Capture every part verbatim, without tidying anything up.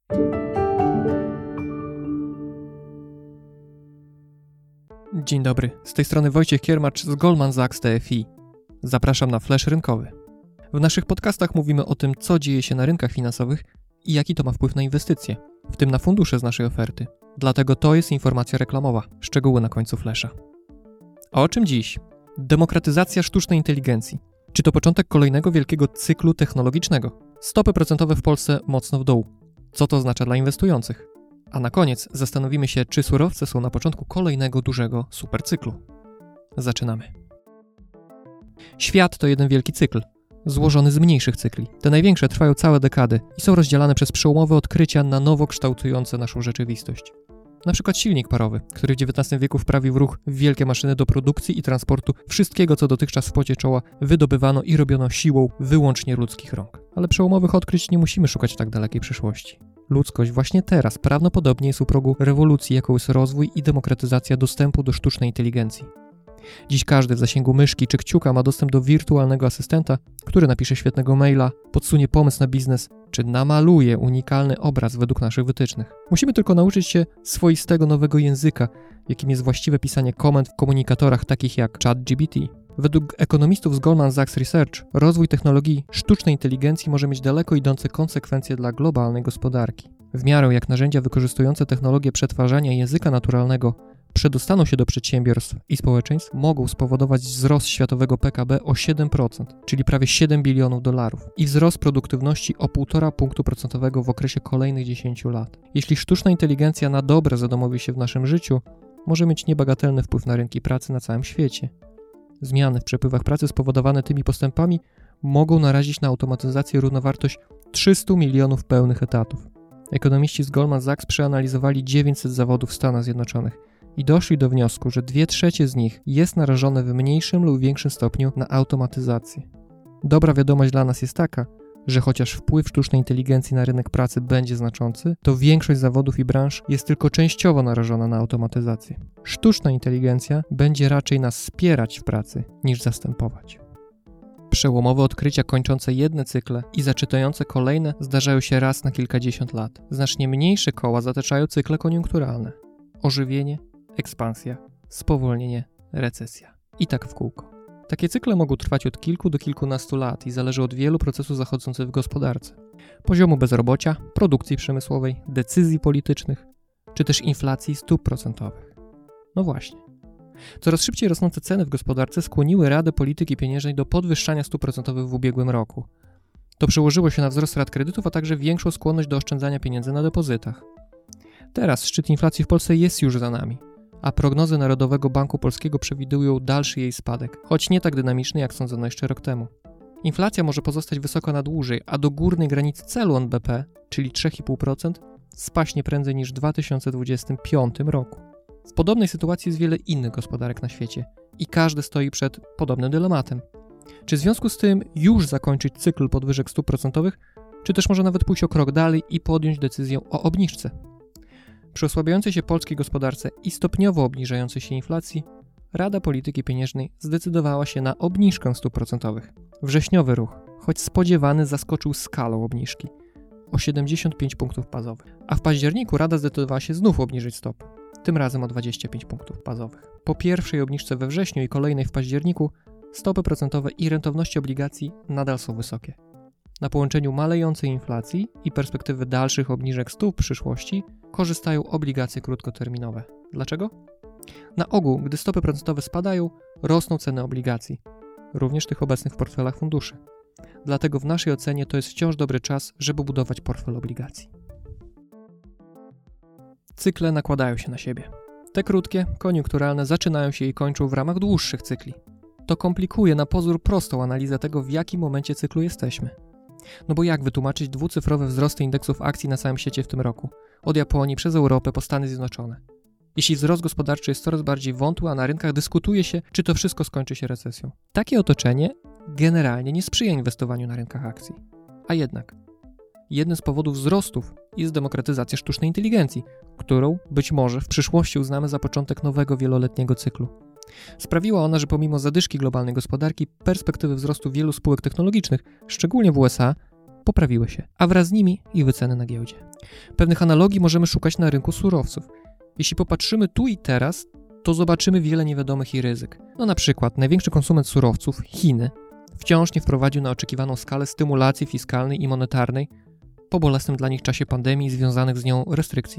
Dzień dobry, z tej strony Wojciech Kiermacz z Goldman Sachs T F I. Zapraszam na Flash Rynkowy. W naszych podcastach mówimy o tym, co dzieje się na rynkach finansowych i jaki to ma wpływ na inwestycje, w tym na fundusze z naszej oferty. Dlatego to jest informacja reklamowa, szczegóły na końcu Flasha. A o czym dziś? Demokratyzacja sztucznej inteligencji. Czy to początek kolejnego wielkiego cyklu technologicznego? Stopy procentowe w Polsce mocno w dół. Co to oznacza dla inwestujących? A na koniec zastanowimy się, czy surowce są na początku kolejnego dużego supercyklu. Zaczynamy. Świat to jeden wielki cykl, złożony z mniejszych cykli. Te największe trwają całe dekady i są rozdzielane przez przełomowe odkrycia na nowo kształtujące naszą rzeczywistość. Na przykład silnik parowy, który w dziewiętnastym wieku wprawił w ruch wielkie maszyny do produkcji i transportu wszystkiego, co dotychczas w pocie czoła wydobywano i robiono siłą wyłącznie ludzkich rąk. Ale przełomowych odkryć nie musimy szukać w tak dalekiej przyszłości. Ludzkość właśnie teraz prawdopodobnie jest u progu rewolucji, jaką jest rozwój i demokratyzacja dostępu do sztucznej inteligencji. Dziś każdy w zasięgu myszki czy kciuka ma dostęp do wirtualnego asystenta, który napisze świetnego maila, podsunie pomysł na biznes, czy namaluje unikalny obraz według naszych wytycznych. Musimy tylko nauczyć się swoistego nowego języka, jakim jest właściwe pisanie komend w komunikatorach takich jak ChatGPT. Według ekonomistów z Goldman Sachs Research, rozwój technologii sztucznej inteligencji może mieć daleko idące konsekwencje dla globalnej gospodarki. W miarę jak narzędzia wykorzystujące technologię przetwarzania języka naturalnego przedostaną się do przedsiębiorstw i społeczeństw, mogą spowodować wzrost światowego P K B o siedem procent, czyli prawie siedem bilionów dolarów, i wzrost produktywności o półtora punktu procentowego w okresie kolejnych dziesięciu lat. Jeśli sztuczna inteligencja na dobre zadomowi się w naszym życiu, może mieć niebagatelny wpływ na rynki pracy na całym świecie. Zmiany w przepływach pracy spowodowane tymi postępami mogą narazić na automatyzację równowartość trzystu milionów pełnych etatów. Ekonomiści z Goldman Sachs przeanalizowali dziewięćset zawodów w Stanach Zjednoczonych i doszli do wniosku, że dwie trzecie z nich jest narażone w mniejszym lub większym stopniu na automatyzację. Dobra wiadomość dla nas jest taka, że chociaż wpływ sztucznej inteligencji na rynek pracy będzie znaczący, to większość zawodów i branż jest tylko częściowo narażona na automatyzację. Sztuczna inteligencja będzie raczej nas wspierać w pracy, niż zastępować. Przełomowe odkrycia kończące jedne cykle i zaczynające kolejne zdarzają się raz na kilkadziesiąt lat. Znacznie mniejsze koła zataczają cykle koniunkturalne. Ożywienie, ekspansja, spowolnienie, recesja. I tak w kółko. Takie cykle mogą trwać od kilku do kilkunastu lat i zależy od wielu procesów zachodzących w gospodarce. Poziomu bezrobocia, produkcji przemysłowej, decyzji politycznych, czy też inflacji stóp procentowych. No właśnie. Coraz szybciej rosnące ceny w gospodarce skłoniły Radę Polityki Pieniężnej do podwyższania stóp procentowych w ubiegłym roku. To przełożyło się na wzrost rat kredytów, a także większą skłonność do oszczędzania pieniędzy na depozytach. Teraz szczyt inflacji w Polsce jest już za nami, a prognozy Narodowego Banku Polskiego przewidują dalszy jej spadek, choć nie tak dynamiczny, jak sądzono jeszcze rok temu. Inflacja może pozostać wysoka na dłużej, a do górnej granicy celu N B P, czyli trzy i pół procent, spaść nie prędzej niż w dwa tysiące dwudziestym piątym roku. W podobnej sytuacji jest wiele innych gospodarek na świecie i każdy stoi przed podobnym dylematem. Czy w związku z tym już zakończyć cykl podwyżek stóp procentowych, czy też może nawet pójść o krok dalej i podjąć decyzję o obniżce? Przy osłabiającej się polskiej gospodarce i stopniowo obniżającej się inflacji, Rada Polityki Pieniężnej zdecydowała się na obniżkę stóp procentowych. Wrześniowy ruch, choć spodziewany, zaskoczył skalą obniżki o siedemdziesiąt pięć punktów bazowych, a w październiku Rada zdecydowała się znów obniżyć stopy, tym razem o dwadzieścia pięć punktów bazowych. Po pierwszej obniżce we wrześniu i kolejnej w październiku stopy procentowe i rentowności obligacji nadal są wysokie. Na połączeniu malejącej inflacji i perspektywy dalszych obniżek stóp w przyszłości korzystają obligacje krótkoterminowe. Dlaczego? Na ogół, gdy stopy procentowe spadają, rosną ceny obligacji, również tych obecnych w portfelach funduszy. Dlatego w naszej ocenie to jest wciąż dobry czas, żeby budować portfel obligacji. Cykle nakładają się na siebie. Te krótkie, koniunkturalne zaczynają się i kończą w ramach dłuższych cykli. To komplikuje na pozór prostą analizę tego, w jakim momencie cyklu jesteśmy. No bo jak wytłumaczyć dwucyfrowe wzrosty indeksów akcji na całym świecie w tym roku? Od Japonii przez Europę po Stany Zjednoczone. Jeśli wzrost gospodarczy jest coraz bardziej wątły, a na rynkach dyskutuje się, czy to wszystko skończy się recesją. Takie otoczenie generalnie nie sprzyja inwestowaniu na rynkach akcji. A jednak, jednym z powodów wzrostów jest demokratyzacja sztucznej inteligencji, którą być może w przyszłości uznamy za początek nowego wieloletniego cyklu. Sprawiła ona, że pomimo zadyszki globalnej gospodarki, perspektywy wzrostu wielu spółek technologicznych, szczególnie w U S A, poprawiły się, a wraz z nimi i wyceny na giełdzie. Pewnych analogii możemy szukać na rynku surowców. Jeśli popatrzymy tu i teraz, to zobaczymy wiele niewiadomych i ryzyk. No na przykład największy konsument surowców, Chiny, wciąż nie wprowadził na oczekiwaną skalę stymulacji fiskalnej i monetarnej po bolesnym dla nich czasie pandemii i związanych z nią restrykcji.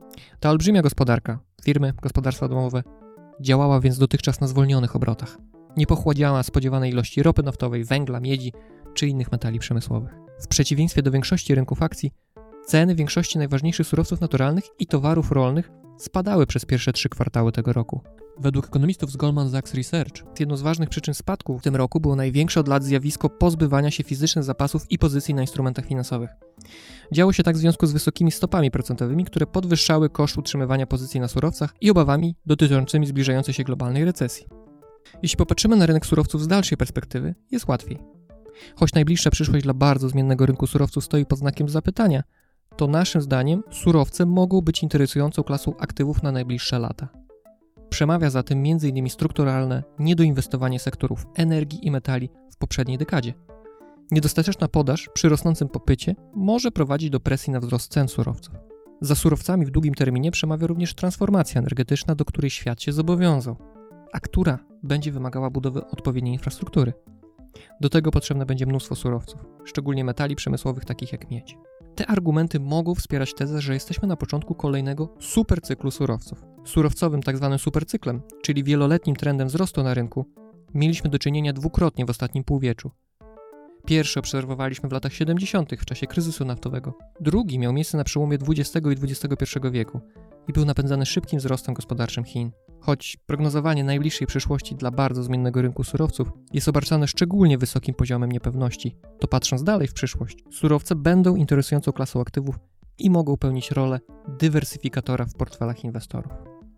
Ta olbrzymia gospodarka, firmy, gospodarstwa domowe, działała więc dotychczas na zwolnionych obrotach. Nie pochładziała spodziewanej ilości ropy naftowej, węgla, miedzi czy innych metali przemysłowych. W przeciwieństwie do większości rynków akcji, ceny większości najważniejszych surowców naturalnych i towarów rolnych spadały przez pierwsze trzy kwartały tego roku. Według ekonomistów z Goldman Sachs Research jedną z ważnych przyczyn spadku w tym roku było największe od lat zjawisko pozbywania się fizycznych zapasów i pozycji na instrumentach finansowych. Działo się tak w związku z wysokimi stopami procentowymi, które podwyższały koszt utrzymywania pozycji na surowcach i obawami dotyczącymi zbliżającej się globalnej recesji. Jeśli popatrzymy na rynek surowców z dalszej perspektywy, jest łatwiej. Choć najbliższa przyszłość dla bardzo zmiennego rynku surowców stoi pod znakiem zapytania, to naszym zdaniem surowce mogą być interesującą klasą aktywów na najbliższe lata. Przemawia za tym między innymi strukturalne niedoinwestowanie sektorów energii i metali w poprzedniej dekadzie. Niedostateczna podaż przy rosnącym popycie może prowadzić do presji na wzrost cen surowców. Za surowcami w długim terminie przemawia również transformacja energetyczna, do której świat się zobowiązał, a która będzie wymagała budowy odpowiedniej infrastruktury. Do tego potrzebne będzie mnóstwo surowców, szczególnie metali przemysłowych takich jak miedź. Te argumenty mogą wspierać tezę, że jesteśmy na początku kolejnego supercyklu surowców. Surowcowym tzw. supercyklem, czyli wieloletnim trendem wzrostu na rynku, mieliśmy do czynienia dwukrotnie w ostatnim półwieczu. Pierwszy obserwowaliśmy w latach siedemdziesiątych w czasie kryzysu naftowego. Drugi miał miejsce na przełomie dwudziestego i dwudziestego pierwszego wieku i był napędzany szybkim wzrostem gospodarczym Chin. Choć prognozowanie najbliższej przyszłości dla bardzo zmiennego rynku surowców jest obarczane szczególnie wysokim poziomem niepewności, to patrząc dalej w przyszłość, surowce będą interesującą klasą aktywów i mogą pełnić rolę dywersyfikatora w portfelach inwestorów.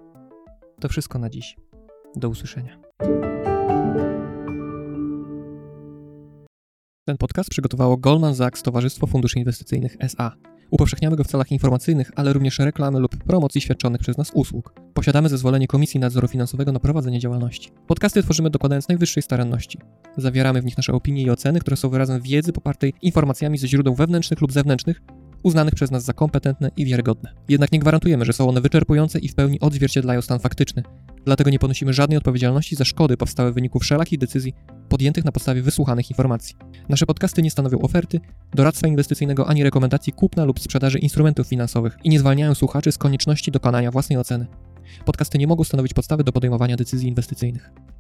To wszystko na dziś. Do usłyszenia. Ten podcast przygotowało Goldman Sachs Towarzystwo Funduszy Inwestycyjnych S A. Upowszechniamy go w celach informacyjnych, ale również reklamy lub promocji świadczonych przez nas usług. Posiadamy zezwolenie Komisji Nadzoru Finansowego na prowadzenie działalności. Podcasty tworzymy dokładając najwyższej staranności. Zawieramy w nich nasze opinie i oceny, które są wyrazem wiedzy popartej informacjami ze źródeł wewnętrznych lub zewnętrznych, uznanych przez nas za kompetentne i wiarygodne. Jednak nie gwarantujemy, że są one wyczerpujące i w pełni odzwierciedlają stan faktyczny. Dlatego nie ponosimy żadnej odpowiedzialności za szkody powstałe w wyniku wszelakich decyzji podjętych na podstawie wysłuchanych informacji. Nasze podcasty nie stanowią oferty, doradztwa inwestycyjnego ani rekomendacji kupna lub sprzedaży instrumentów finansowych i nie zwalniają słuchaczy z konieczności dokonania własnej oceny. Podcasty nie mogą stanowić podstawy do podejmowania decyzji inwestycyjnych.